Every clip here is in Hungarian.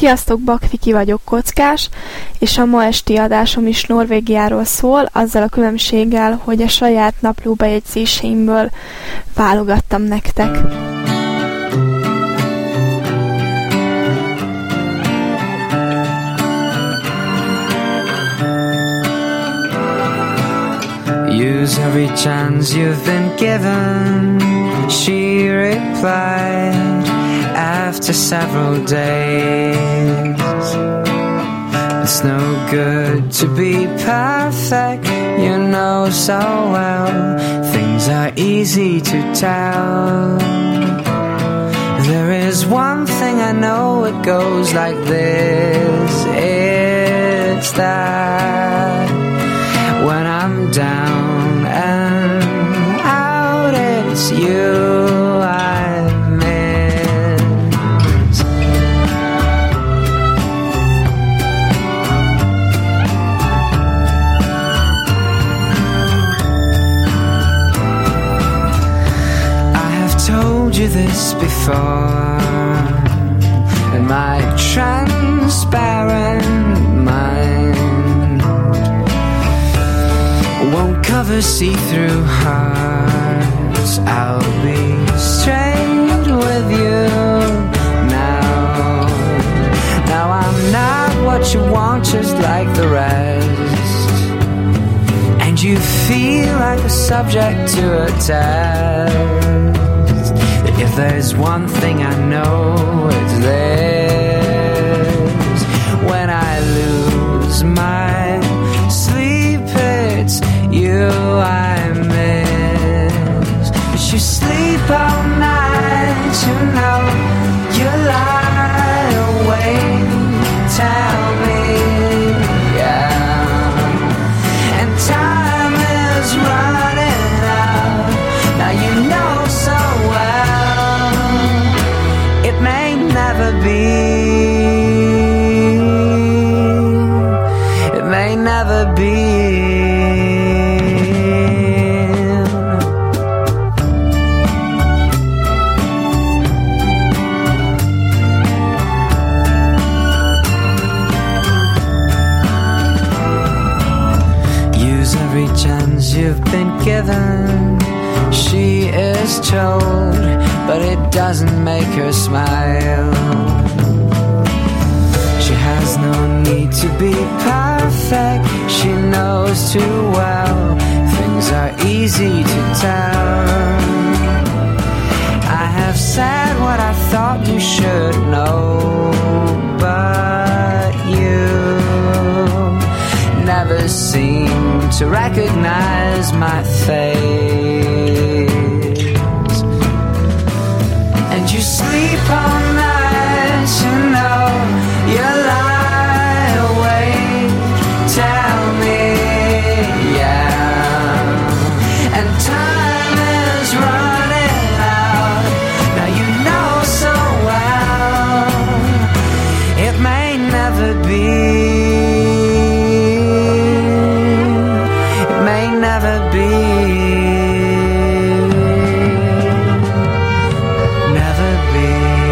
Sziasztok, Bakviki vagyok, Kockás, és a ma esti adásom is Norvégiáról szól, azzal a különbséggel, hogy a saját naplóbejegyzéseimből válogattam nektek. Use every chance you've been given, she replied after several days. It's no good to be perfect, you know so well. Things are easy to tell. There is one thing I know, it goes like this. It's that when I'm down and out, it's you I miss. I have told you this before, in my transparent mind won't cover see-through hearts. I'll be straight with you now. Now I'm not what you want, just like the rest, and you feel like a subject to a test. If there's one thing I know, it's this: when I lose my sleep, it's you I miss. But you sleep all night, you know, you lie awake, tell me, yeah. And time is running out, now you know so well, it may never be, it may never be. You've been given, she is told, but it doesn't make her smile. She has no need to be perfect, she knows too well, things are easy to tell. I have said what I thought you should know, but you never seem to recognize my face. And you sleep all night, you know, you lie awake, tell me, yeah. And time is running out, now you know so well, it may never be, never be, never be.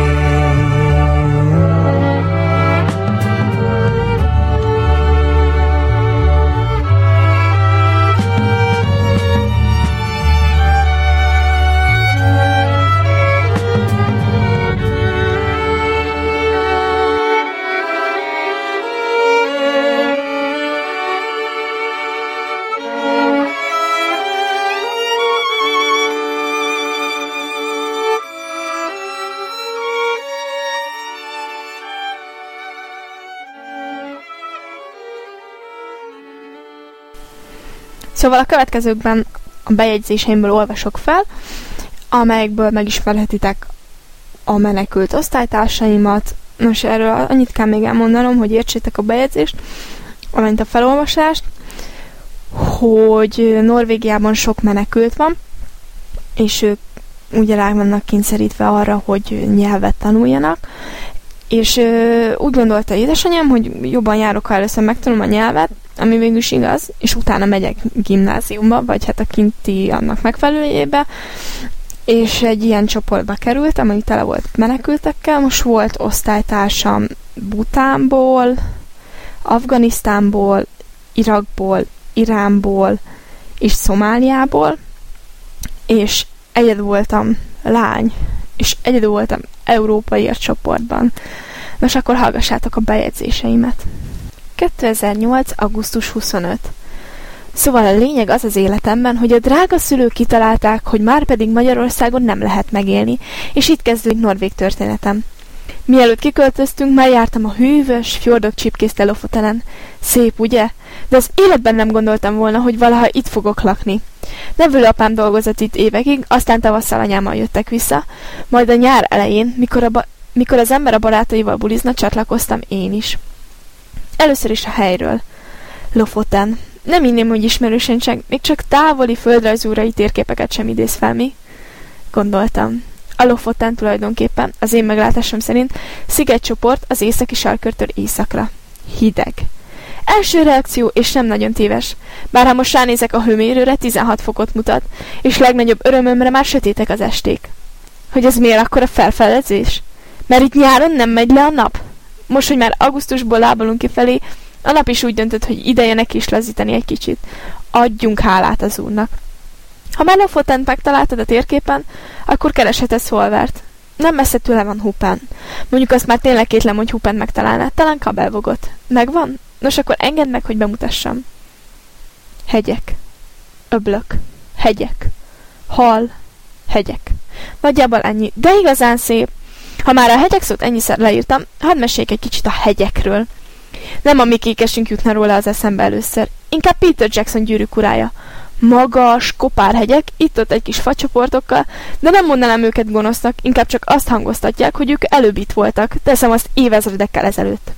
Szóval a következőkben a bejegyzéseimből olvasok fel, amelyekből megismerhetitek a menekült osztálytársaimat. Nos, erről annyit kell még elmondanom, hogy értsétek a bejegyzést, valamint a felolvasást, hogy Norvégiában sok menekült van, és ők ugye rá vannak kényszerítve arra, hogy nyelvet tanuljanak, és úgy gondolta édesanyám, hogy jobban járok, ha először megtanulom a nyelvet, ami végül is igaz, és utána megyek gimnáziumba, vagy hát a kinti annak megfelelőjébe, és egy ilyen csoportba került, amely tele volt menekültekkel. Most volt osztálytársam Butánból, Afganisztánból, Irakból, Iránból és Szomáliából, és egyedül voltam lány, és egyedül voltam európaiért csoportban. Most akkor hallgassátok a bejegyzéseimet. 2008. augusztus 25. Szóval a lényeg az életemben, hogy a drága szülők kitalálták, hogy már pedig Magyarországon nem lehet megélni, és itt kezdődik norvég történetem. Mielőtt kiköltöztünk, már jártam a hűvös, fjordok csipkészte Lofotenen. Szép, ugye? De az életben nem gondoltam volna, hogy valaha itt fogok lakni. Nevelőapám dolgozott itt évekig, aztán tavasszal anyámmal jöttek vissza, majd a nyár elején, mikor az ember a barátaival bulizna, csatlakoztam én is. Először is a helyről. Lofoten. Nem inném, hogy ismerősénység, még csak távoli földrajzúrai térképeket sem idéz fel, mi? Gondoltam. A Lofoten tulajdonképpen, az én meglátásom szerint, szigetcsoport az északi sarkkörtől északra. Hideg. Első reakció, és nem nagyon téves. Bár ha most ránézek a hőmérőre, 16 fokot mutat, és legnagyobb örömömre már sötétek az esték. Hogy ez miért akkora felfedezés? Mert itt nyáron nem megy le a nap? Most, hogy már augusztusból lábalunk kifelé, a nap is úgy döntött, hogy ideje neki is lazítani egy kicsit. Adjunk hálát az úrnak. Ha már Lofotent megtaláltad a térképen, akkor keresheted Szolvert. Nem messze tőle van Hupen. Mondjuk azt már tényleg kétlem, hogy Hupent megtalálnád, talán Kabelvogot. Megvan? Nos, akkor engedd meg, hogy bemutassam. Hegyek. Öblök. Hegyek. Hal. Hegyek. Nagyjából ennyi, de igazán szép. Ha már a hegyek szót ennyiszer leírtam, hadd meséljek egy kicsit a hegyekről. Nem a mi kékesünk jutna róla az eszembe először. Inkább Peter Jackson Gyűrűk urája. Magas, kopár hegyek, itt-ott egy kis facsoportokkal, de nem mondanám őket gonosznak, inkább csak azt hangoztatják, hogy ők előbb itt voltak, teszem azt évezredekkel ezelőtt.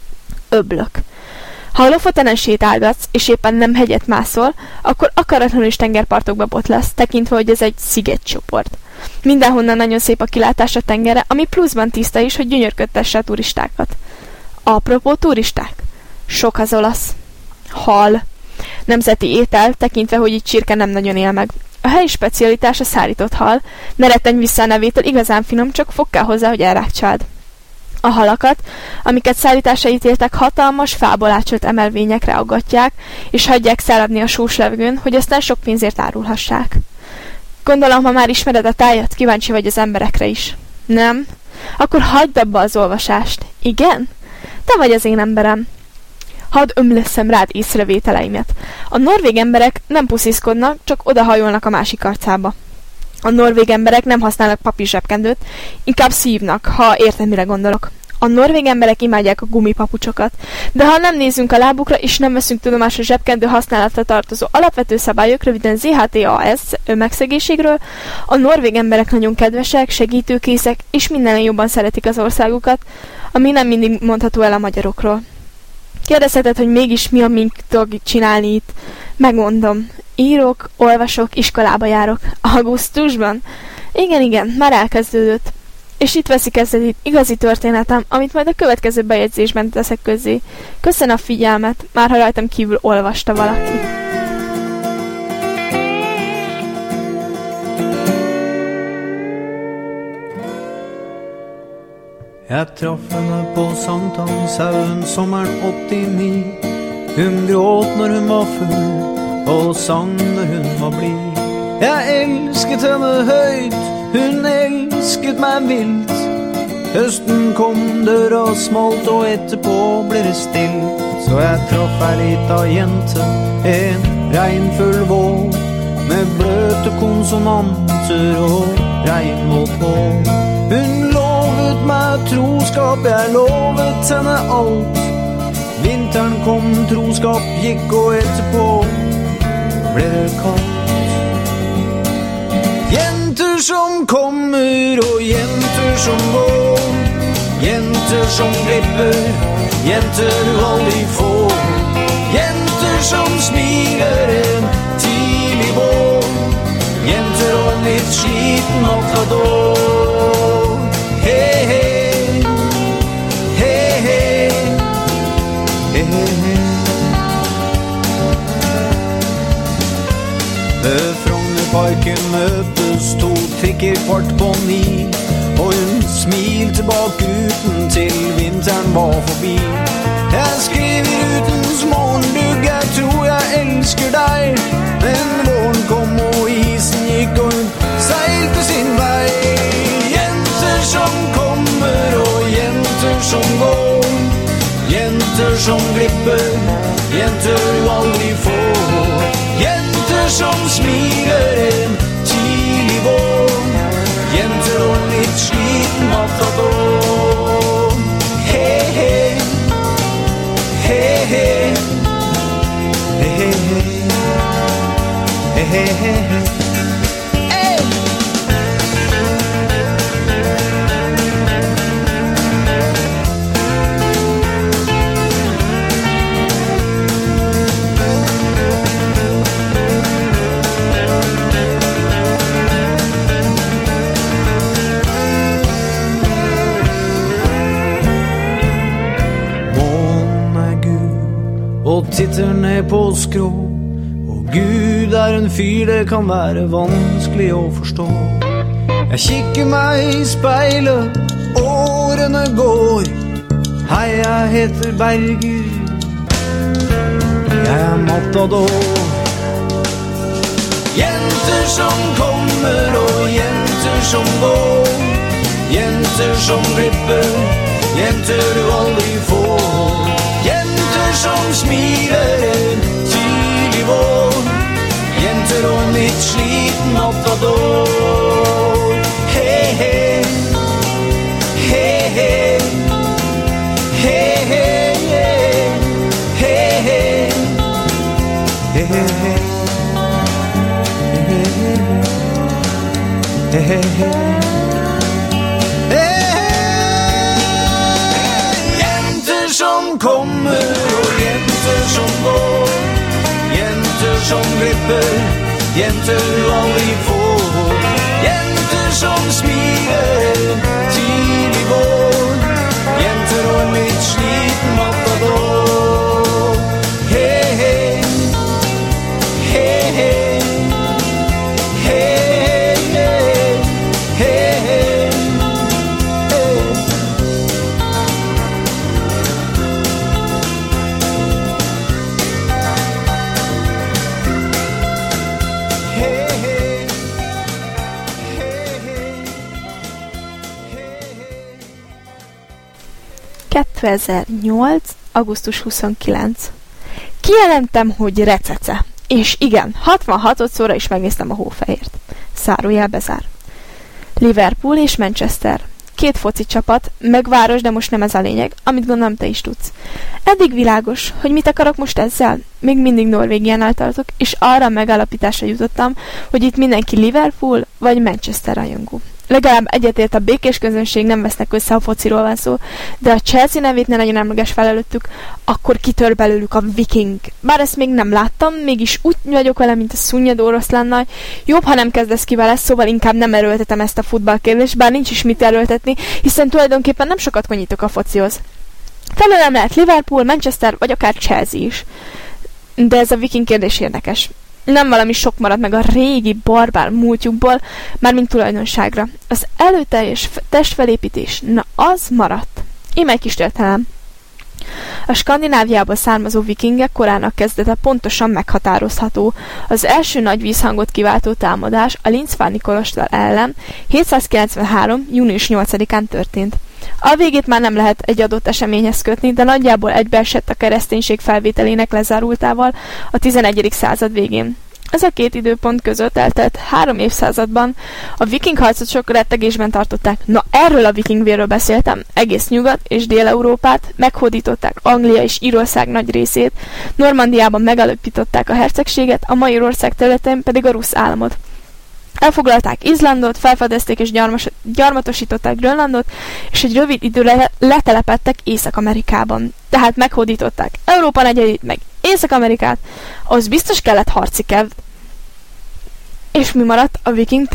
Öblök. Ha a Lofotenen sétálgatsz, és éppen nem hegyet mászol, akkor akaratlanul is tengerpartokba botlasz, tekintve, hogy ez egy szigetcsoport. Mindenhonnan nagyon szép a kilátás a tengerre, ami pluszban tiszta is, hogy gyönyörködtesse a turistákat. Apropó turisták. Sok az olasz. Hal. Nemzeti étel, tekintve, hogy itt csirke nem nagyon él meg. A helyi specialitás a szárított hal, ne rettenj vissza a nevétől, igazán finom, csak fog kell hozzá, hogy elrákcsáld. A halakat, amiket szállításra ítéltek, hatalmas, fából ácsolt emelvényekre aggatják, és hagyják szaladni a sós levegőn, hogy aztán sok pénzért árulhassák. Gondolom, ha már ismered a tájat, kíváncsi vagy az emberekre is. Nem? Akkor hagyd abba az olvasást. Igen? Te vagy az én emberem. Hadd ömlösszem rád észrevételeimet. A norvég emberek nem pusziszkodnak, csak odahajolnak a másik arcába. A norvég emberek nem használnak papírzsebkendőt, inkább szívnak, ha érted, mire gondolok. A norvég emberek imádják a gumipapucsokat, de ha nem nézzünk a lábukra, és nem veszünk tudomást a zsebkendő használatra tartozó alapvető szabályok, röviden ZHTAS megszegéségről, a norvég emberek nagyon kedvesek, segítőkészek, és mindenen jobban szeretik az országukat, ami nem mindig mondható el a magyarokról. Kérdezheted, hogy mégis mi a mink dolgit csinálni itt? Megmondom. Írok, olvasok, iskolába járok. Augusztusban? Igen, már elkezdődött. És itt veszi kezdetét igazi történetem, amit majd a következő bejegyzésben teszek közzé. Köszönöm a figyelmet, már ha rajtam kívül olvasta valaki. Jeg traff henne på Sankthanshaugen sommeren 89. Hun gråt når hun var full og sang når hun var blid. Jeg elsket henne høyt, hun elsket meg vilt. Høsten kom, døra smalt og etterpå ble det stilt. Så jeg traff ei lita jente en regnfull vår, med bløte konsonanter og regnvåt hår. Hun lovet meg troskap, jeg lovet henne alt. Vinteren kom, troskap gikk, og etterpå ble det kaldt. Jenter som kommer og jenter som går, jenter som glipper, jenter du aldri får. Jenter som smiler en tidlig vår, jenter og en litt sliten matador. Hei, hei, hei, hei, hei, hei. Ved Frognerparken møtes to fikk i kvart på 9, og hun smilte bak uten til vinteren var forbi. Jeg skriver utens morgendugg, jeg tror jeg elsker deg, men våren kom og isen gikk og hun seilte sin vei. Jenter som kommer og jenter som går, jenter som glipper, jenter du aldri får, jenter som smiler en tidlig vår, jenter og litt sliten matador. Hei, hei, hei, hei, hei, hei, hei, hei, hei. Og titter ned på skrå, og Gud er en fyr det kan være vanskelig å forstå. Jeg kikker meg i speilet, årene går. Hei, jeg heter Berger, jeg er matador. Jenter som kommer og jenter som går, jenter som glipper, jenter du aldri får, jenter som smiler en tidlig vår, jenter og en litt sliten matador. Hei, hei, hei, hei, hei, hei, hei, hei, hei, hei, hei, hei. Som kommer og jenter som går, jenter som glipper, jenter du aldri får, jenter som smiler tidlig vår, jenter og en litt sliten matador. Hei, hei, hei, hei, hei, hei, hei. augusztus 29. Kijelentem, hogy recece. És igen, 66-szorra is megnéztem a Hófehért. Zárójel bezár. Liverpool és Manchester. 2 foci csapat, meg város, de most nem ez a lényeg, amit gondolom te is tudsz. Eddig világos, hogy mit akarok most ezzel? Még mindig Norvégiánál tartok, és arra a megállapításra jutottam, hogy itt mindenki Liverpool vagy Manchester rajongó. Legalább egyetért a békés közönség, nem vesznek össze, a fociról van szó, de a Chelsea nevét ne nagyon emleges fel előttük, akkor kitör belőlük a Viking. Bár ezt még nem láttam, mégis úgy vagyok vele, mint a szunnyadó oroszlánnal. Jobb, ha nem kezdesz ki vele, szóval inkább nem erőltetem ezt a futballkérdést, bár nincs is mit erőltetni, hiszen tulajdonképpen nem sokat konyítok a focihoz. Felőlem lehet Liverpool, Manchester vagy akár Chelsea is. De ez a Viking kérdés érdekes. Nem valami sok marad meg a régi barbár múltjukból, mármint tulajdonságra. Az előteljes testfelépítés, na az maradt. Íme egy kis történelem. A Skandináviából származó vikingek korának kezdete pontosan meghatározható. Az első nagy vízhangot kiváltó támadás a Lindsváni kolostor ellen 793. június 8-án történt. A végét már nem lehet egy adott eseményhez kötni, de nagyjából egybeesett a kereszténység felvételének lezárultával a 11. század végén. Ez a két időpont között eltelt 3 évszázadban a viking harcosok rettegésben tartották. Na, erről a vikingvérről beszéltem. Egész Nyugat és Dél-Európát meghódították, Anglia és Írország nagy részét, Normandiában megalapították a hercegséget, a mai ország területén pedig a rusz államot. Elfoglalták Izlandot, felfedezték és gyarmatosították Grönlandot, és egy rövid időre letelepedtek Észak-Amerikában. Tehát meghódították Európa negyedét, meg Észak-Amerikát, ahhoz biztos kellett harci kedv. És mi maradt a viking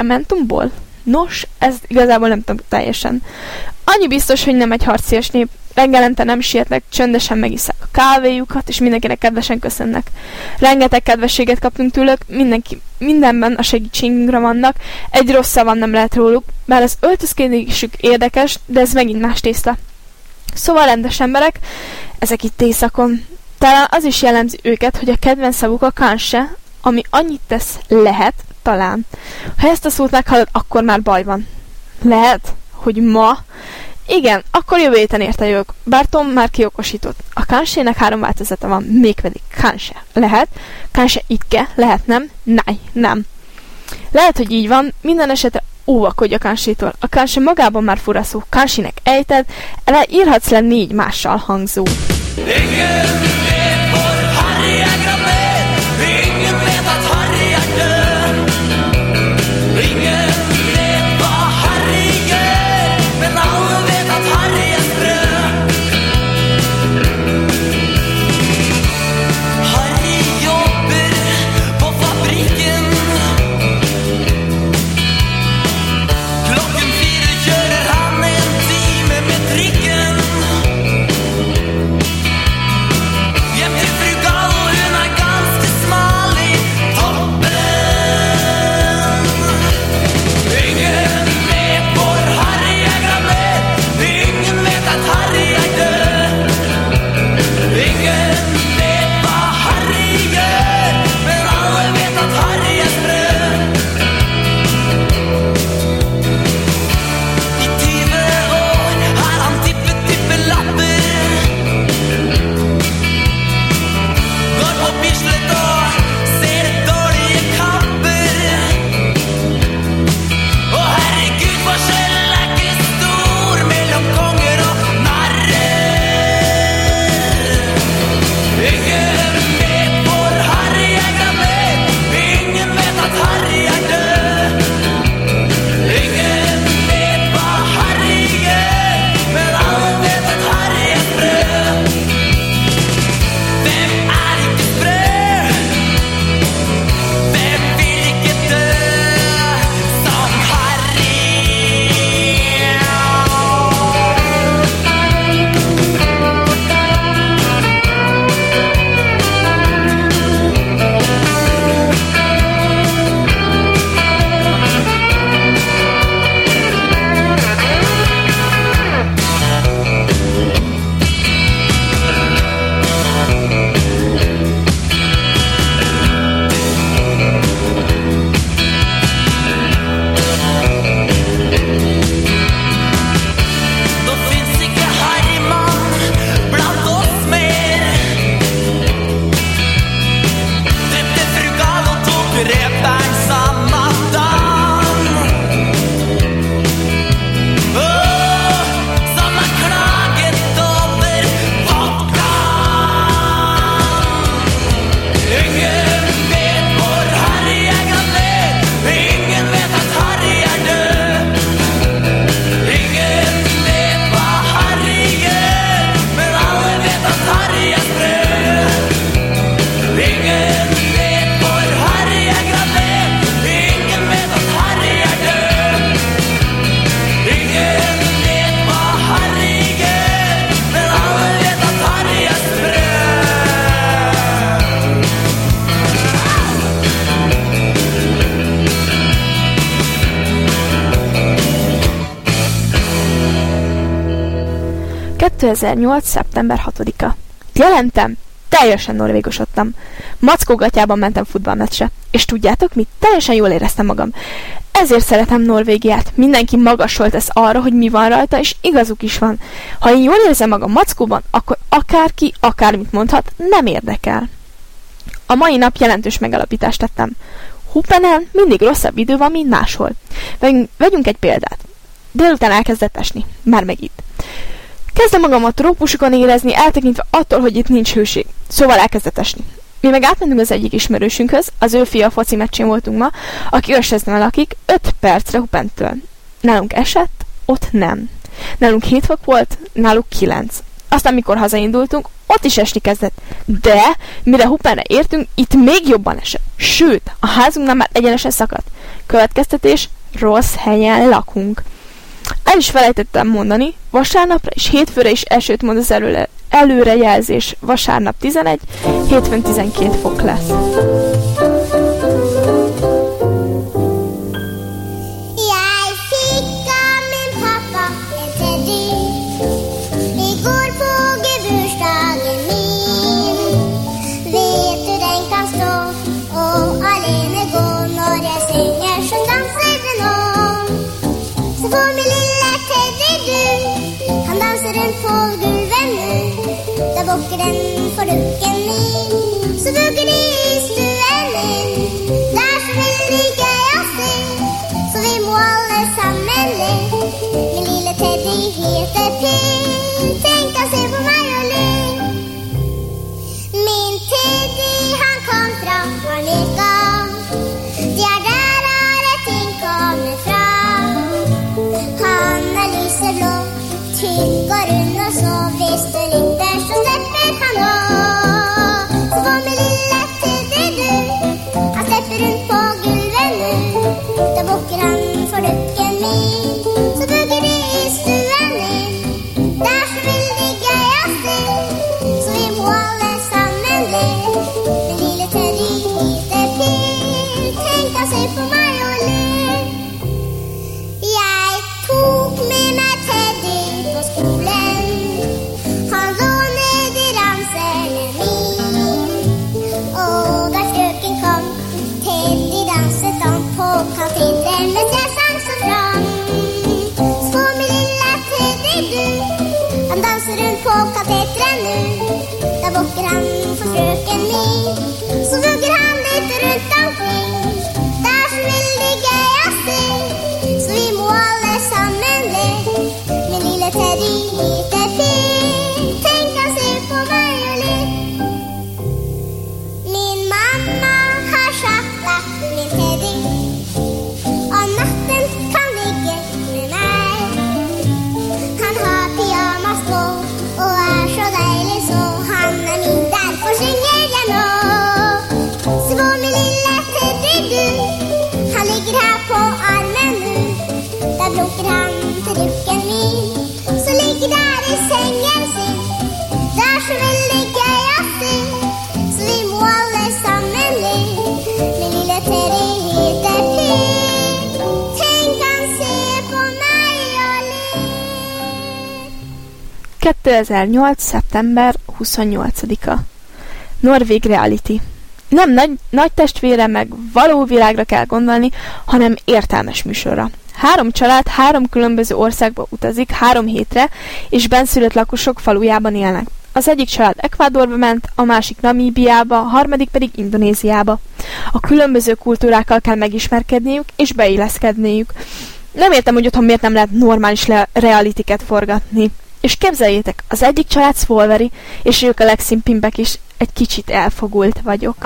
temperamentumból? Nos, ez igazából nem tudom teljesen. Annyi biztos, hogy nem egy harcias nép, reggelente nem sietnek, csöndesen megisszák a kávéjukat, és mindenkinek kedvesen köszönnek. Rengeteg kedvességet kaptunk tőlük, mindenben a segítségünkre vannak, egy rossz szavam nem lehet róluk, bár az öltözködésük érdekes, de ez megint más tészta. Szóval rendes emberek, ezek itt éjszakon. Talán az is jellemzi őket, hogy a kedvenc szavuk a kanse, ami annyit tesz, lehet, talán. Ha ezt a szót meghallod, akkor már baj van. Lehet, hogy ma? Igen, akkor jövő héten érte jövök, bár Tom már kiokosított. A kansének 3 változata van, mégpedig kanse. Lehet, kanse itke, lehet nem, náj, nem. Lehet, hogy így van, minden esetre óvakodj a kansétól. A kanse magában már fura szó, kansének ejted, erre írhatsz le 4 mással hangzó. ...2008. szeptember 6-a. Jelentem, teljesen norvégosodtam. Mackógatjában mentem futballmeccsre. És tudjátok mit? Teljesen jól éreztem magam. Ezért szeretem Norvégiát. Mindenki magasolt tesz arra, hogy mi van rajta, és igazuk is van. Ha én jól érzem magam Mackóban, akkor akárki, akármit mondhat, nem érdekel. A mai nap jelentős megalapítást tettem. Hupenen mindig rosszabb idő van, mint máshol. Vegyünk egy példát. Délután elkezdett esni. Már meg itt. Kezdem magam a trópusokon érezni, eltekintve attól, hogy itt nincs hőség. Szóval elkezdett esni. Mi meg átmentünk az egyik ismerősünkhöz, az ő fia foci meccsén voltunk ma, aki Örseznen lakik, 5 percre Hupentől. Nálunk esett, ott nem. Nálunk 7 fok volt, náluk 9. Aztán mikor hazaindultunk, ott is esni kezdett. De, mire Hupenre értünk, itt még jobban esett. Sőt, a házunknál már egyenesen szakadt. Következtetés, rossz helyen lakunk. El is felejtettem mondani, vasárnapra és hétfőre is esőt mond az előrejelzés. Vasárnap 11, hétfőn 12 fok lesz. Den får duken min, så bugger det i stuen min. Der så veldig gøy å se, så vi må alle sammen le. Min lille Teddy heter Per, tenk å se på meg og le. Min Teddy, han kom fra Amerika, det der alle ting kommer fra. Han lyseblå, tykk og rund og så visst og linter som stepper han også. Så få med lille Teddy du, han stepper rundt på gulvet nu. Da bukker han for dukken min, så bugger det i stuen min. Det så veldig gøy å se, så vi må alle sammen le. Men lille Teddy heter Per, tenk å se på meg og le. Jeg tok med meg Teddy på skolen, han lå ned i ramserne min. Og da frøken kom, Teddy danset han på katedren mens jeg sang så fram. Så med lille Teddy du, han danser rundt på katedren nu. Da bukker han for frøken min, så vugger han litt rundt omkring. Det så veldig gøy å se, så vi må alle sammen le. Min lille Teddy heter Per, tenk å se på meg og le. Min mamma har sagt at min Teddy om natten kan ligge med meg. Han har pyjamas på og så deilig så, han min, derfor synger jeg nå. Så gå min lille Teddy du, han ligger her på armen nu. Da blunker han til dukken min, så ligger der i sengen sin. Det så veldig gøy å se, så vi må alle sammen le. Min lille Teddy heter Per, tenk han se på meg og le. 2008. szeptember 28-a. Norvég reality. Nem nagy testvére meg való világra kell gondolni, hanem értelmes műsorra. 3 család 3 különböző országba utazik 3 hétre, és bennszülött lakosok falujában élnek. Az egyik család Ecuadorba ment, a másik Namíbiába, a harmadik pedig Indonéziába. A különböző kultúrákkal kell megismerkedniük és beilleszkedniük. Nem értem, hogy otthon miért nem lehet normális realityket forgatni. És képzeljétek, az egyik család szvolveri, és ők a legszimpimbek is. Egy kicsit elfogult vagyok.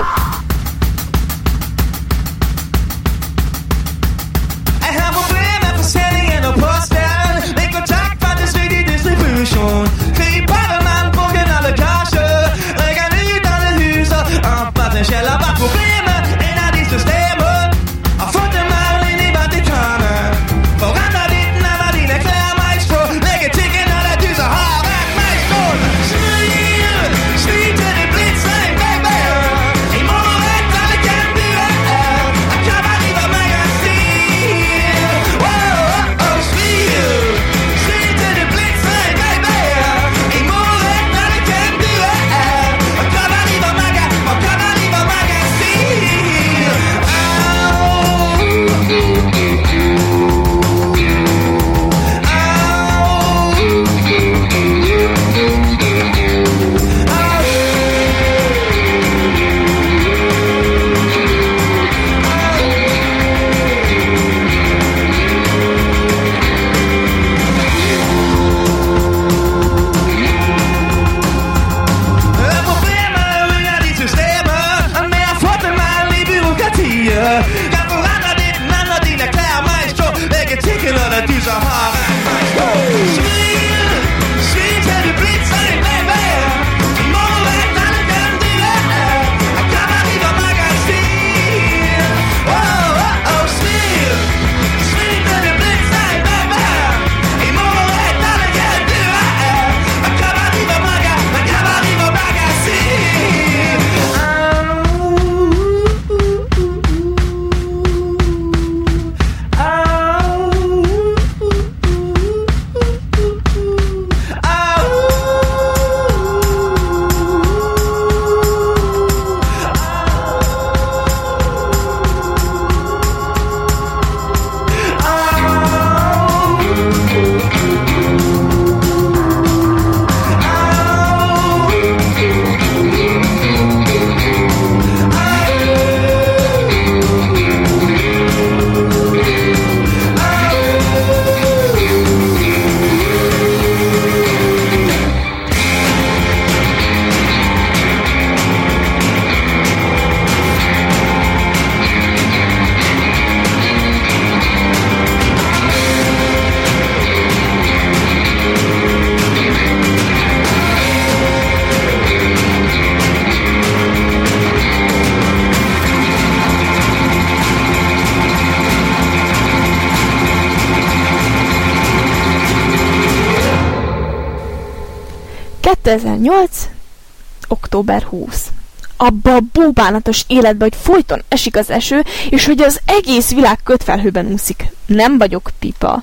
I have a plan after standing in a bus down. Make a talk about this lady distribution. Clean bottom and broken all the cash. Like I need on the huset. About the shell of a problem. And I need to stay up. I thought the man in the body corner. For I'm not eating, I'm not eating a clear maestro. Like a chicken on a juice of hard back maestro. Sweet to the blitz like baby. Hey, mama. 2008. október 20. Abba a búbánatos életbe, hogy folyton esik az eső, és hogy az egész világ kötfelhőben úszik. Nem vagyok pipa.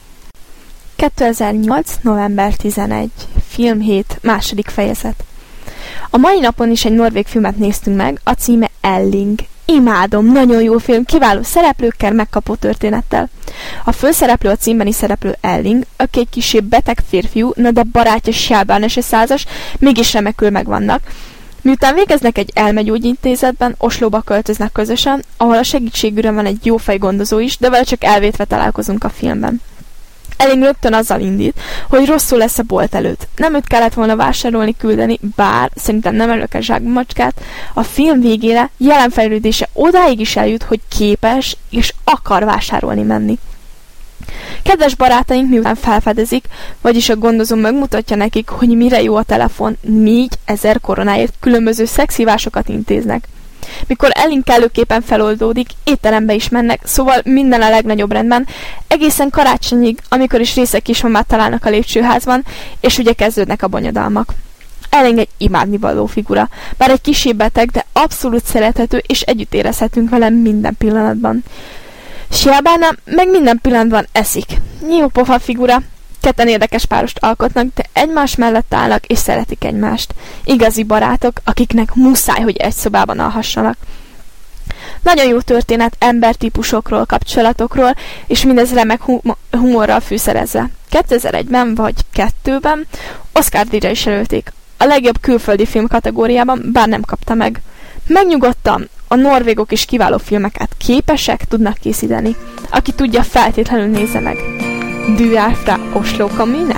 2008. november 11. Filmhét, második fejezet. A mai napon is egy norvég filmet néztünk meg, a címe Elling. Imádom, nagyon jó film, kiváló szereplőkkel, megkapó történettel. A főszereplő a címbeni szereplő Elling, aki egy kissé beteg férfiú, de barátja Sjálbán és százas, mégis remekül megvannak. Miután végeznek egy elmegyógyintézetben, Oslóba költöznek közösen, ahol a segítségükre van egy jófej gondozó is, de vele csak elvétve találkozunk a filmben. Elling rögtön azzal indít, hogy rosszul lesz a bolt előtt. Nem őt kellett volna vásárolni, küldeni, bár szerintem nem előke zsákmacskát. A film végére jelen fejlődése odáig is eljut, hogy képes és akar vásárolni menni. Kedves barátaink miután felfedezik, vagyis a gondozó megmutatja nekik, hogy mire jó a telefon, 4000 koronáért különböző szexhívásokat intéznek. Mikor Elling kellőképpen feloldódik, étterembe is mennek, szóval minden a legnagyobb rendben, egészen karácsonyig, amikor is részek kismamát találnak a lépcsőházban, és ugye kezdődnek a bonyodalmak. Elling egy imádnivaló figura, bár egy kissé beteg, de abszolút szerethető, és együtt érezhetünk vele minden pillanatban. Sjálbána meg minden pillanatban eszik. Jó pofa figura. Ketten érdekes párost alkotnak, de egymás mellett állnak és szeretik egymást. Igazi barátok, akiknek muszáj, hogy egy szobában alhassanak. Nagyon jó történet embertípusokról, kapcsolatokról, és mindez remek humorral fűszerezve. 2001-ben vagy 2002-ben Oscar-díjra is jelölték. A legjobb külföldi film kategóriában, bár nem kapta meg. Megnyugodtam, a norvégok is kiváló filmeket képesek, tudnak készíteni. Aki tudja, feltétlenül nézze meg. Du är fra Oslo kommune.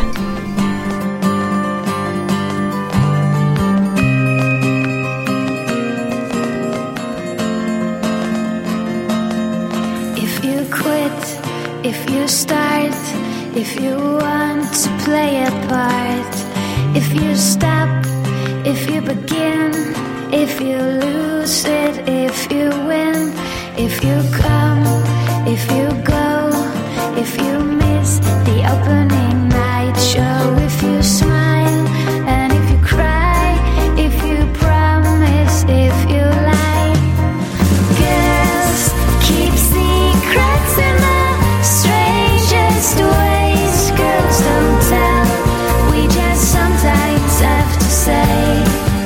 If you quit, if you start, if you want to play a part, if you stop, if you begin, if you lose it, if you win, if you come, if you go, if you miss the opening night show, if you smile and if you cry, if you promise, if you lie. Girls keep secrets in the strangest ways. Girls don't tell, we just sometimes have to say.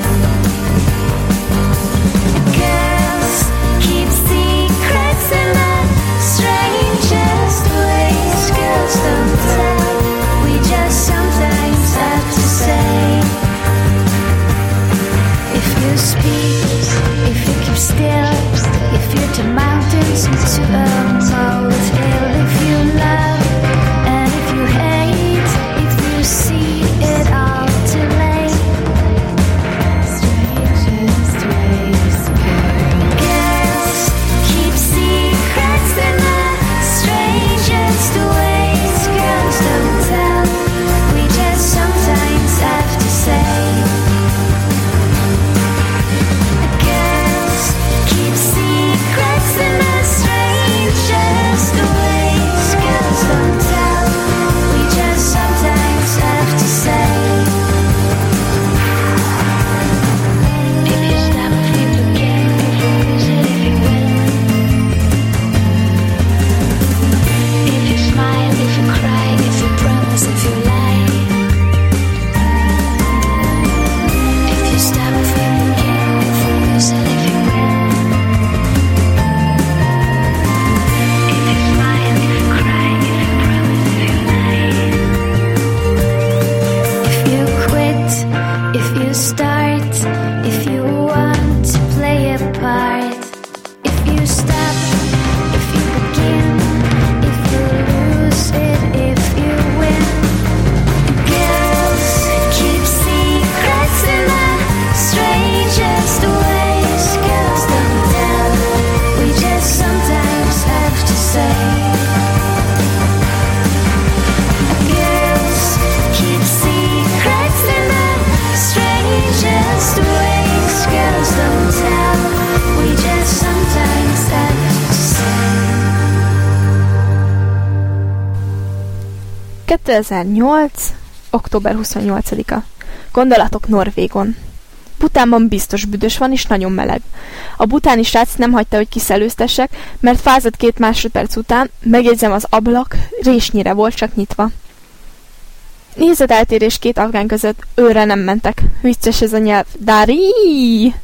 Girls keep secrets in the strangest ways. Girls don't tell, we just sometimes have to say. If you speak, if you keep still, if you turn mountains into a molehill, if you love and if you hate, if you see it all too late. Strangest ways. Girls keep secrets in the strangest ways. Girls don't tell, we just sometimes have to say. Girls keep secrets in the strangest ways. Girls don't tell, we just sometimes have to say. If you stop, if you begin, if you lose it, if you win. If you smile, if you cry, if you promise, if you lie. If you stop, if you begin, if you lose it, if you win. If you smile, if you cry, if you promise, if you lie. If you quit, if you start, if you want to play a part, if you stop, if you begin, if you lose it, if you win. Girls keep secrets in the strangest ways. Girls don't tell, we just sometimes have to say. Girls keep secrets in the strangest ways. Girls don't tell, we just sometimes have to say. 2008. október 28-a. Gondolatok Norvégon. Butánban biztos büdös van, és nagyon meleg. A butáni srác nem hagyta, hogy kiszelőztessek, mert fázott 2 másodperc után, megjegyzem, az ablak résnyire volt csak nyitva. Nézeteltérés 2 afgán között, őre nem mentek. Vicces ez a nyelv. Dari!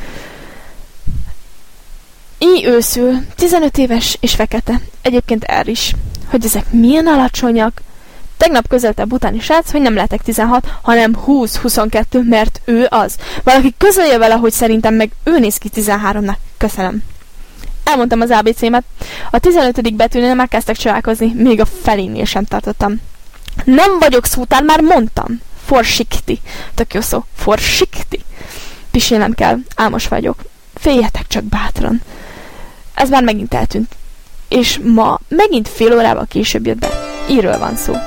Őszül, 15 éves és fekete. Egyébként er is. Hogy ezek milyen alacsonyak? Tegnap közölte a butáni srác, hogy nem lehetek 16, hanem 20-22, mert ő az. Valaki közölje vele, hogy szerintem meg ő néz ki 13-nak. Köszönöm. Elmondtam az ABC-met. A 15. betűnél már kezdtek csodálkozni, még a felénél sem tartottam. Nem vagyok szótár, már mondtam. Forsikti. Tök jó szó. Forsikti. Pisilnem kell. Álmos vagyok. Féljetek csak bátran. Ez már megint eltűnt. És ma megint fél órával később jött be. Íről van szó.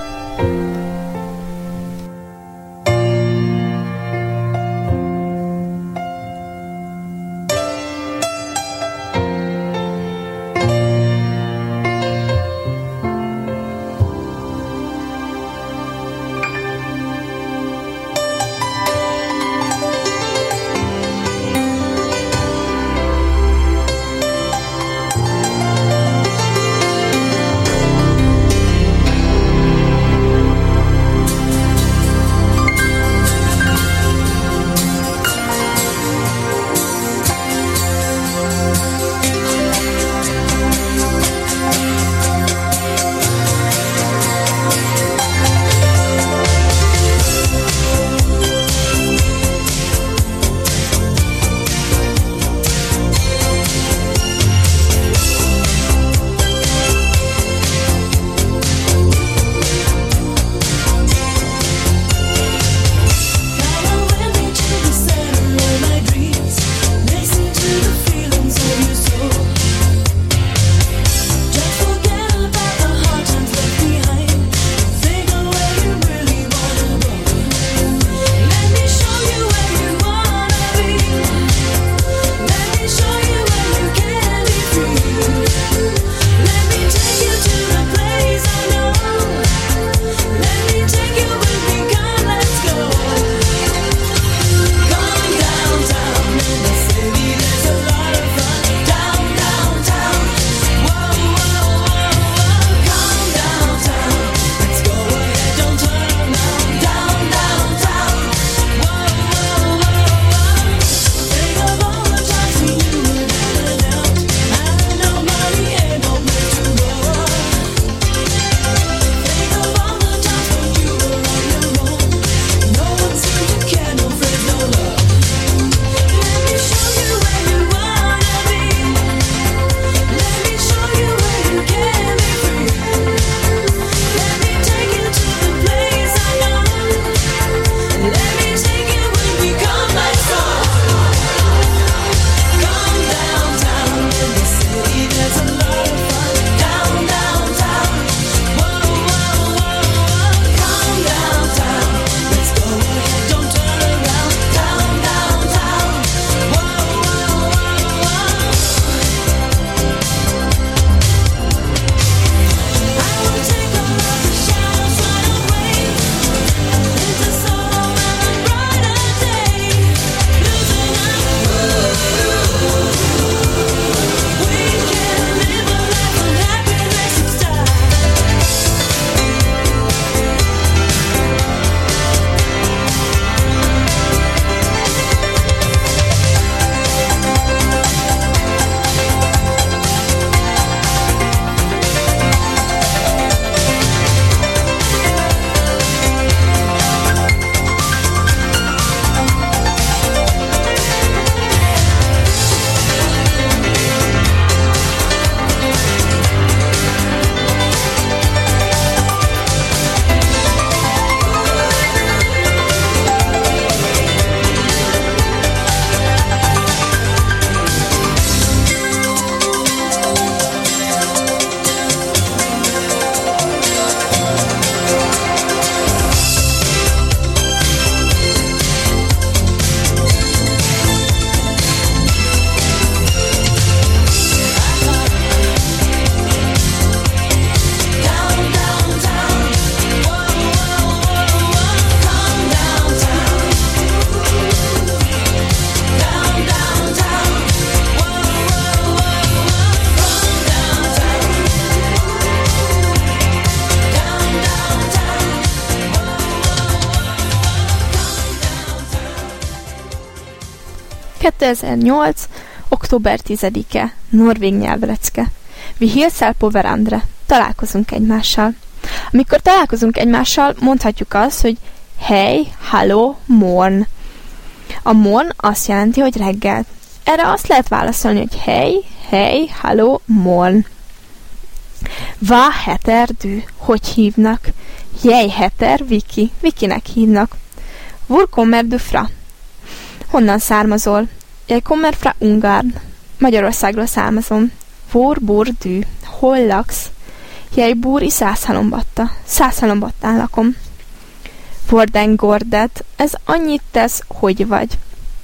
2008. október 10-e. Norvég nyelvlecke. Vi hilsar på varandra. Találkozunk egymással. Amikor találkozunk egymással, mondhatjuk azt, hogy hej, halló, morn. A morn azt jelenti, hogy reggel. Erre azt lehet válaszolni, hogy hej, halló, morn. Va heter du, hogy hívnak? Jej heter, Viki, Vikinek hívnak. Hvor kommer du fra? Honnan származol? Jeg kommer fra Ungarn. Magyarországról származom. Hvor bor du? Hol laksz? Jeg bor i Szászhalombatta. Szászhalombattán lakom. Hvordan gordet? Ez annyit tesz, hogy vagy.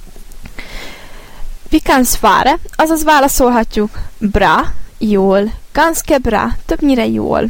Vi kan svara, azaz válaszolhatjuk. Bra, jól. Ganske bra, többnyire jól.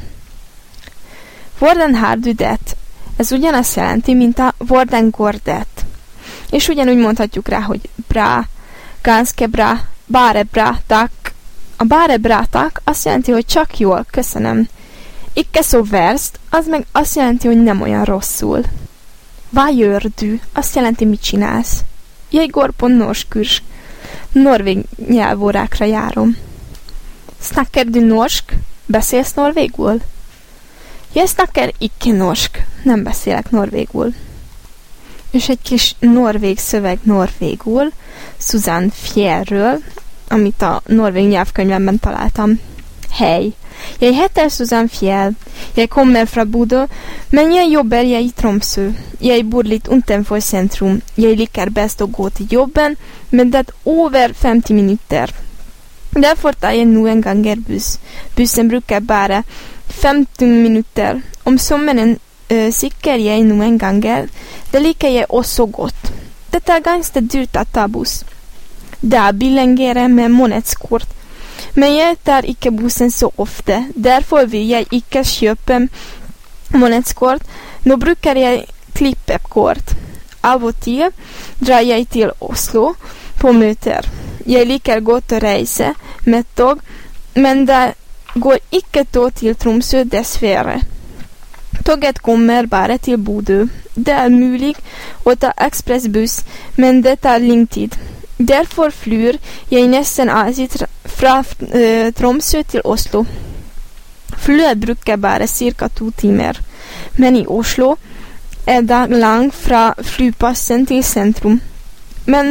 Hvordan har du det? Ez ugyanazt jelenti, mint a hvordan gordet. És ugyanúgy mondhatjuk rá, hogy bra, ganske bra, bare bra, tak. A bare bra, tak azt jelenti, hogy csak jól, köszönöm. Ikke så verst, az meg azt jelenti, hogy nem olyan rosszul. Hva gjør du? Azt jelenti, mit csinálsz. Jeg går på norskkurs. Norvég nyelvórákra járom. Snakker du norsk? Beszélsz norvégul? Jeg snakker ikke norsk. Nem beszélek norvégul. És egy kis norvég szöveg norvégul, Susanne Fjellről, amit a norvég nyelvkönyvemben találtam. Hej! Jeg heter Susanne Fjell. Jeg kommer fra Bodø, men jeg jobber i Tromsø. Jeg bor litt utenfor sentrum. Jeg liker best å gå til jobben, men det er over 50 minutter. Derfor tar jeg noen ganger buss. Bussen bruker bare 15 minutter. Om sommeren sykler jeg noen ganger. Det liker jeg også godt. Dette er ganske dyrt å ta buss. Det er billigere med månedskort. Men jeg tar ikke bussen så ofte. Derfor vil jeg ikke kjøpe månedskort. Nå bruker jeg klippekort. Av og til drar jeg til Oslo på møter. Jeg liker godt å reise med tog, men det går ikke tog til Tromsø, dessverre. Toget kommer bare til Bodø. Det er mulig å ta ekspressbuss, men det tar lang tid. Derfor flyr jeg nesten alltid fra Tromsø til Oslo. Flyet bruker bare ca. 2 timer, men i Oslo er det langt fra flyplassen til sentrum. Man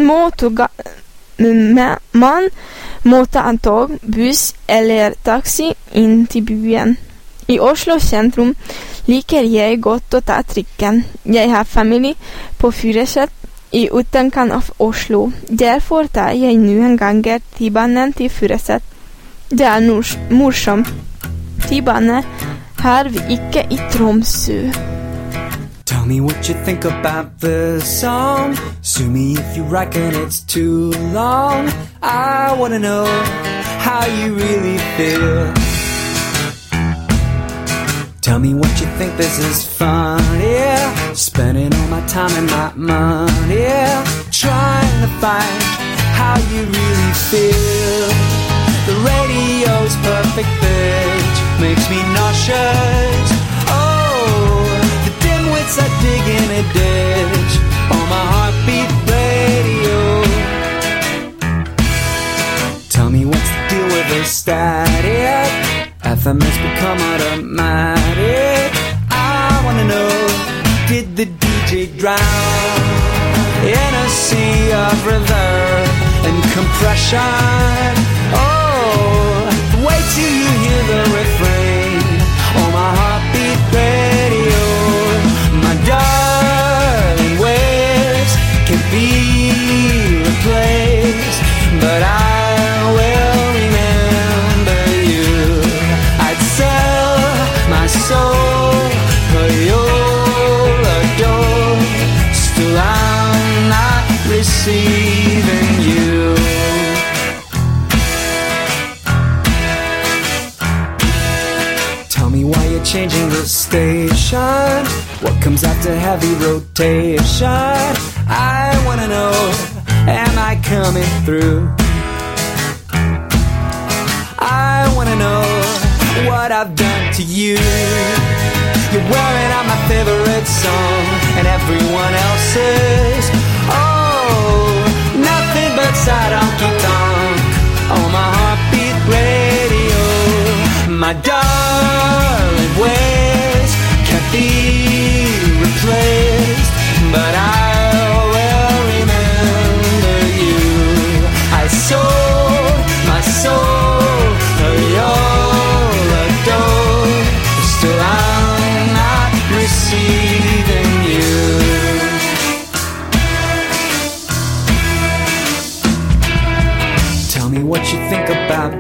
må ta en tog, buss eller taxi inn til byen. I Oslo sentrum liker jeg godt å ta trikken. Jeg har familie på Furuset i utenkanten av Oslo. Derfor tar jeg noen ganger T-banen til Furuset. Det er morsomt. T-bane har vi ikke i Tromsø. Tell me what you think about the song. Sue me if you reckon it's too long. I wanna know how you really feel. Tell me what you think this is fun, yeah. Spending all my time and my money, yeah. Trying to find how you really feel. The radio's perfect pitch makes me nauseous. The dimwits are digging a ditch on my heartbeat radio. Tell me what's the deal with the static? FM has become automatic. I wanna know, did the DJ drown in a sea of reverb and compression? Wait till you hear the refrain on my heartbeat radio. My darling waves can be replaced, but I will remember you. I'd sell my soul for your adore. Still I'm not receiving you. Why you're changing the station? What comes after heavy rotation? I wanna know, am I coming through? I wanna know what I've done to you. You're wearing out my favorite song and everyone else's. Nothing but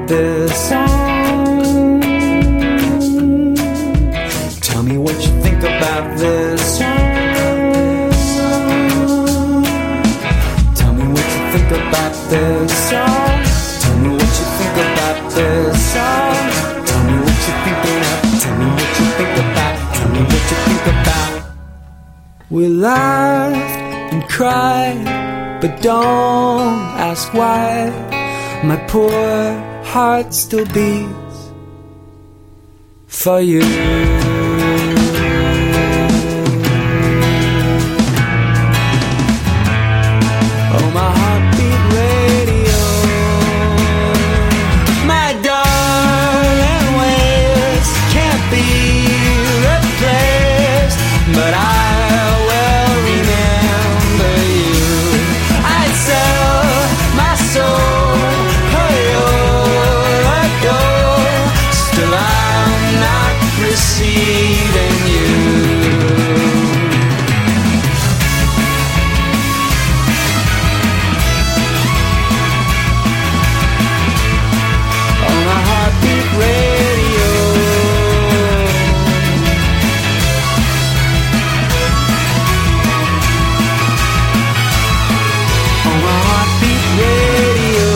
this song. Tell me what you think about this song. Tell me what you think about this song. Tell me what you think about this song. Tell me what you thinking of. Tell me what you think about. Tell me what you think about. We laughed and cried, but don't ask why. My poor heart still beats for you. Oh, my heartbeat radio, my darling ways can't be replaced, but I will remember you. I'd sell my soul for your adore. Still I'm not receiving you. On a heartbeat radio. On a heartbeat radio.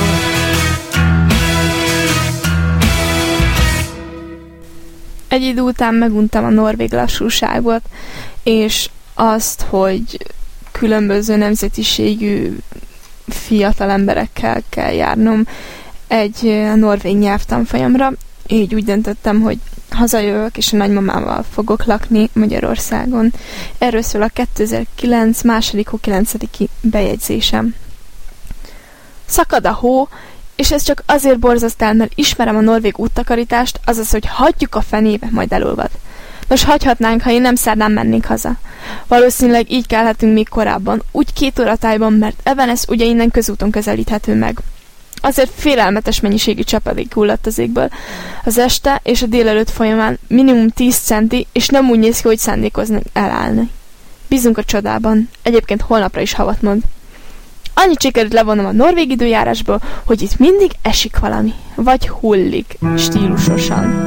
Egy idő után meguntam a norvég lassúságot, és azt, hogy különböző nemzetiségű fiatal emberekkel kell járnom egy norvég nyelvtanfolyamra. Így úgy döntöttem, hogy hazajövök, és a nagymamával fogok lakni Magyarországon. Erről szól a 2009. második hó 9. bejegyzésem. Szakad a hó, és ez csak azért borzaszt el, mert ismerem a norvég úttakarítást, azaz, hogy hagyjuk a fenébe, majd elolvad. Nos, hagyhatnánk, ha én nem szerdán mennék haza. Valószínűleg így kelhetünk még korábban, úgy 2 óra tájban, mert Evanes ugye innen közúton közelíthető meg. Azért félelmetes mennyiségű csapadék hullott az égből. Az este és a délelőtt folyamán minimum 10 centi, és nem úgy néz ki, hogy szándékoznak elállni. Bízunk a csodában, egyébként holnapra is havat mond. Annyit sikerült levonnom a norvég időjárásból, hogy itt mindig esik valami, vagy hullik stílusosan.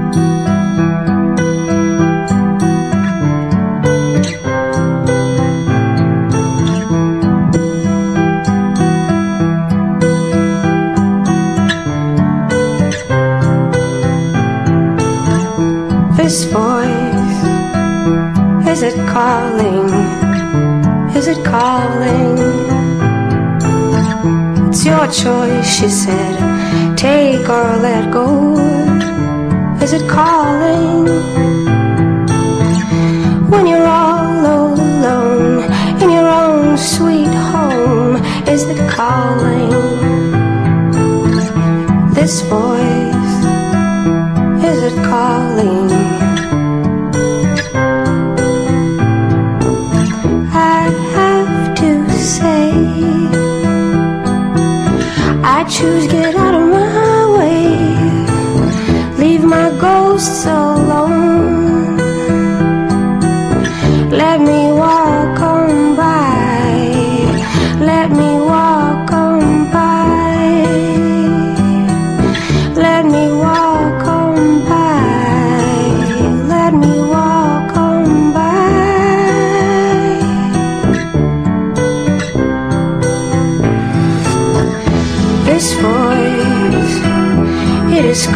This voice, is it calling? Is it calling? It's your choice, she said. Take or let go. Is it calling? When you're all alone in your own sweet home, is it calling? This voice, is it calling? I have to say, I choose get out of my way, leave my ghosts alone, let me walk on by, let me walk on by, let me walk on by, let me walk on by. This voice, it is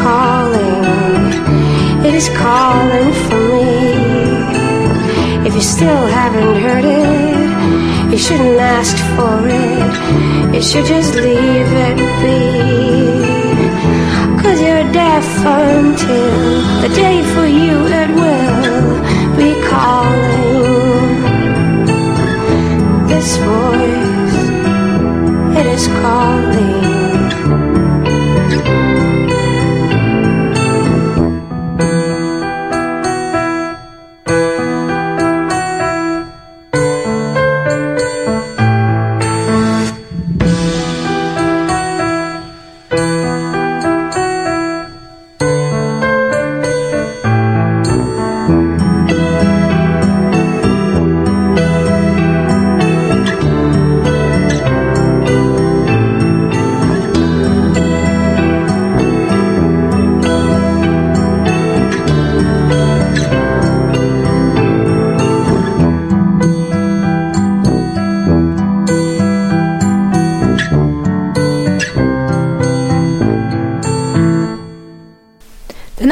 calling for me. If you still haven't heard it, you shouldn't ask for it. You should just leave it be. 'Cause you're deaf until the day for you it will be calling. This voice, it is calling.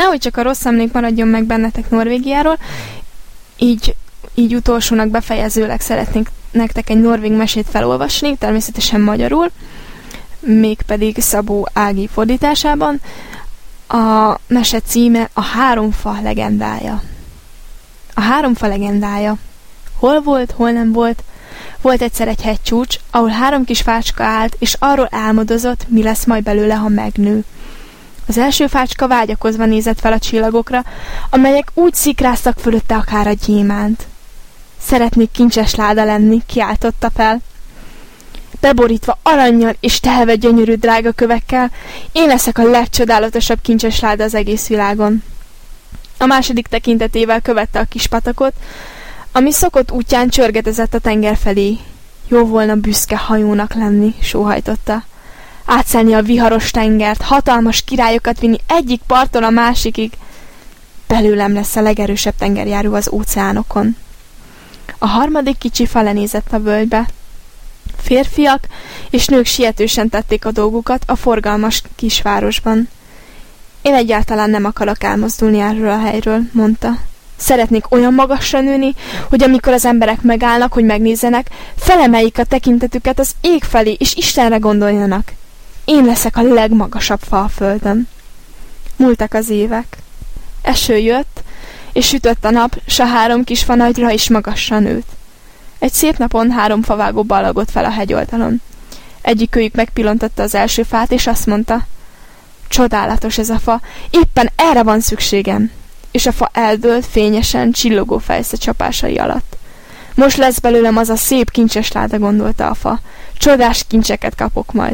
nehogy csak a rossz emlék maradjon meg bennetek Norvégiáról, így utolsónak befejezőleg szeretnék nektek egy norvég mesét felolvasni, természetesen magyarul, mégpedig Szabó Ági fordításában. A mese címe a 3 fa legendája. A 3 fa legendája. Hol volt, hol nem volt? Volt egyszer egy hegycsúcs, ahol 3 kis fácska állt, és arról álmodozott, mi lesz majd belőle, ha megnő. Az első fácska vágyakozva nézett fel a csillagokra, amelyek úgy szikráztak fölötte akár a gyémánt. Szeretnék kincses láda lenni, kiáltotta fel. Beborítva arannyal és telve gyönyörű drága kövekkel, én leszek a legcsodálatosabb kincses láda az egész világon. A második tekintetével követte a kis patakot, ami szokott útján csörgetezett a tenger felé. Jó volna büszke hajónak lenni, sóhajtotta. Átszelni a viharos tengert, hatalmas királyokat vinni egyik parttól a másikig. Belőlem lesz a legerősebb tengerjáró az óceánokon. A harmadik kicsi fa lenézett a völgybe. Férfiak és nők sietősen tették a dolgukat a forgalmas kisvárosban. Én egyáltalán nem akarok elmozdulni erről a helyről, mondta. Szeretnék olyan magasra nőni, hogy amikor az emberek megállnak, hogy megnézzenek, felemeljék a tekintetüket az ég felé, és Istenre gondoljanak. Én leszek a legmagasabb fa a földön. Múltak az évek. Eső jött, és sütött a nap, s a 3 kis fa nagyra és magasra nőtt. Egy szép napon 3 favágó ballagott fel a hegyoldalon. Egyikőjük megpillantotta az első fát, és azt mondta, csodálatos ez a fa, éppen erre van szükségem. És a fa eldőlt fényesen, csillogó fejsze csapásai alatt. Most lesz belőlem az a szép kincses láda, gondolta a fa. Csodás kincseket kapok majd.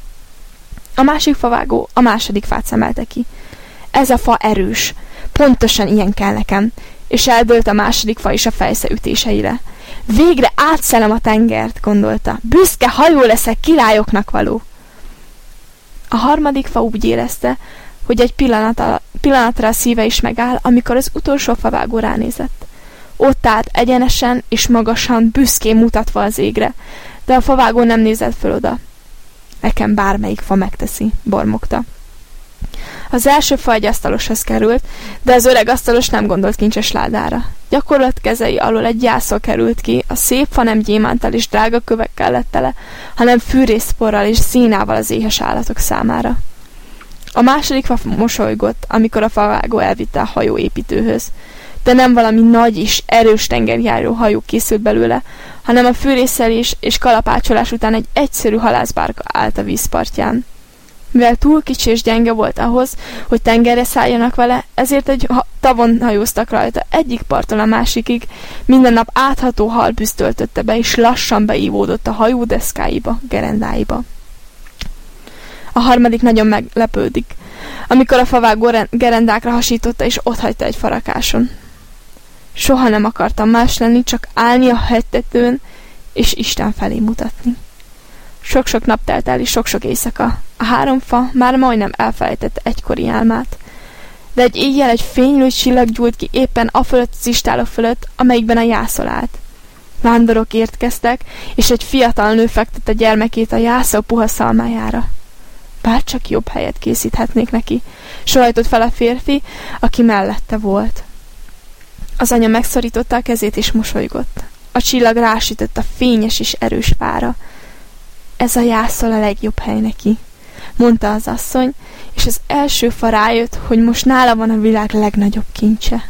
A másik favágó a második fát szemelte ki. Ez a fa erős, pontosan ilyen kell nekem, és eldőlt a második fa is a fejsze ütéseire. Végre átszelem a tengert, gondolta. Büszke hajó leszek, királyoknak való. A harmadik fa úgy érezte, hogy egy pillanatra a szíve is megáll, amikor az utolsó favágó ránézett. Ott állt egyenesen és magasan, büszkén mutatva az égre, de a favágó nem nézett föl oda. Nekem bármelyik fa megteszi, bormogta. Az első fa egy asztaloshoz került, de az öreg asztalos nem gondolt kincses ládára. Gyakorlat kezei alól egy jászol került ki, a szép fa nem gyémántal és drága kövekkel lett tele, hanem fűrészporral és színával az éhes állatok számára. A második fa mosolygott, amikor a favágó elvitte a hajóépítőhöz, de nem valami nagy és erős tengerjáró hajó készült belőle, hanem a fűrészelés és kalapácsolás után egy egyszerű halászbárka állt a vízpartján. Mivel túl kicsi és gyenge volt ahhoz, hogy tengerre szálljanak vele, ezért egy tavon hajóztak rajta egyik parttól a másikig, minden nap átható halbűz töltötte be, és lassan beívódott a hajó deszkáiba, gerendáiba. A harmadik nagyon meglepődik, amikor a favágó gerendákra hasította, és otthagyta egy farakáson. Soha nem akartam más lenni, csak állni a hegytetőn, és Isten felé mutatni. Sok-sok nap telt el, és sok-sok éjszaka. A 3 fa már majdnem elfelejtette egykori álmát. De egy éjjel egy fénylő csillag gyújt ki éppen afölött az istálok fölött, amelyikben a jászol állt. Vándorok érkeztek, és egy fiatal nő fektette gyermekét a jászol puha szalmájára. Bárcsak jobb helyet készíthetnék neki, sóhajtott fel a férfi, aki mellette volt. Az anya megszorította a kezét és mosolygott. A csillag rásütött a fényes és erős fára. Ez a jászol a legjobb hely neki, mondta az asszony, és az első fa rájött, hogy most nála van a világ legnagyobb kincse.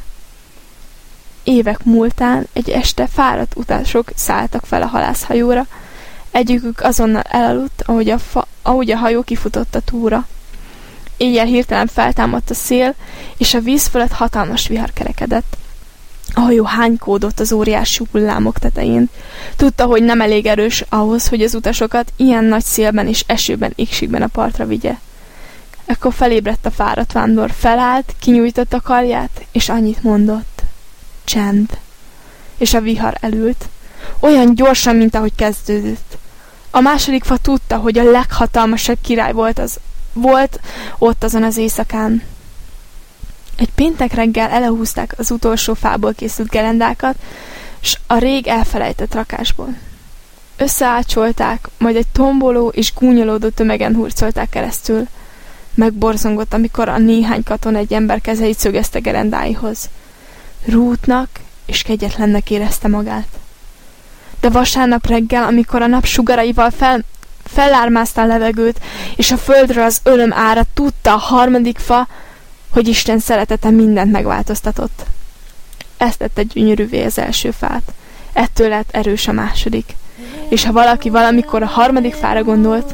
Évek múltán egy este fáradt utasok szálltak fel a halászhajóra, egyikük azonnal elaludt, ahogy a hajó kifutott a túra. Éjjel hirtelen feltámadt a szél, és a víz fölött hatalmas vihar kerekedett. A hajó hánykódott az óriási hullámok tetején. Tudta, hogy nem elég erős ahhoz, hogy az utasokat ilyen nagy szélben és esőben, égségben a partra vigye. Ekkor felébredt a fáradt vándor, felállt, kinyújtotta karját, és annyit mondott. Csend. És a vihar elült. Olyan gyorsan, mint ahogy kezdődött. A második fa tudta, hogy a leghatalmasabb király volt ott azon az éjszakán. Egy péntek reggel elehúzták az utolsó fából készült gerendákat, s a rég elfelejtett rakásból. Összeácsolták, majd egy tomboló és gúnyolódó tömegen hurcolták keresztül. Megborzongott, amikor a néhány katon egy ember kezeit szögezte gerendáihoz. Rútnak és kegyetlennek érezte magát. De vasárnap reggel, amikor a nap sugaraival fellármázta a levegőt, és a földről az öröm ára, tudta a harmadik fa, hogy Isten szeretete mindent megváltoztatott. Ezt tette gyönyörűvé az első fát. Ettől lett erős a második. És ha valaki valamikor a harmadik fára gondolt,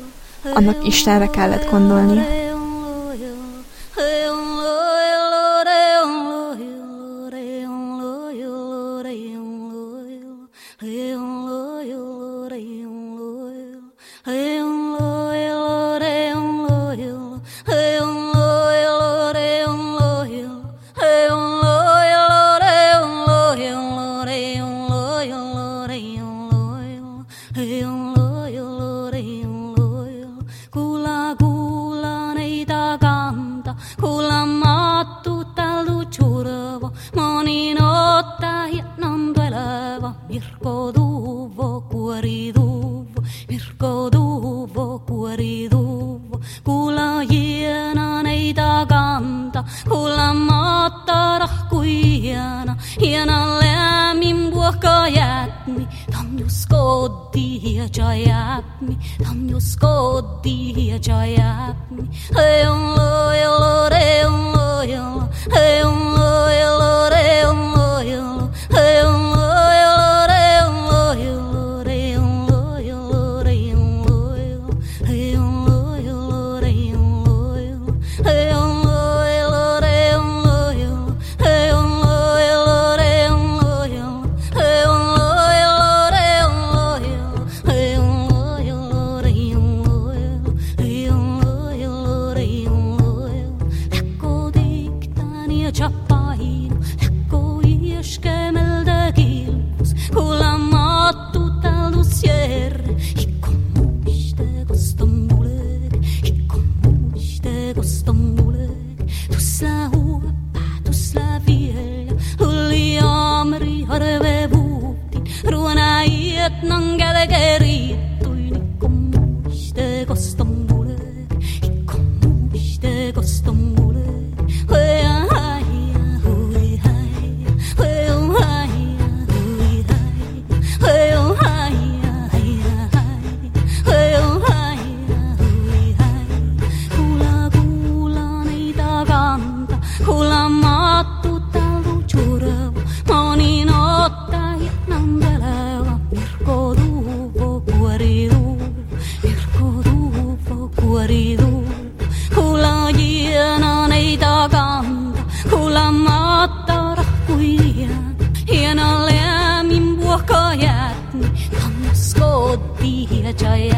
annak Istenre kellett gondolnia. Jaya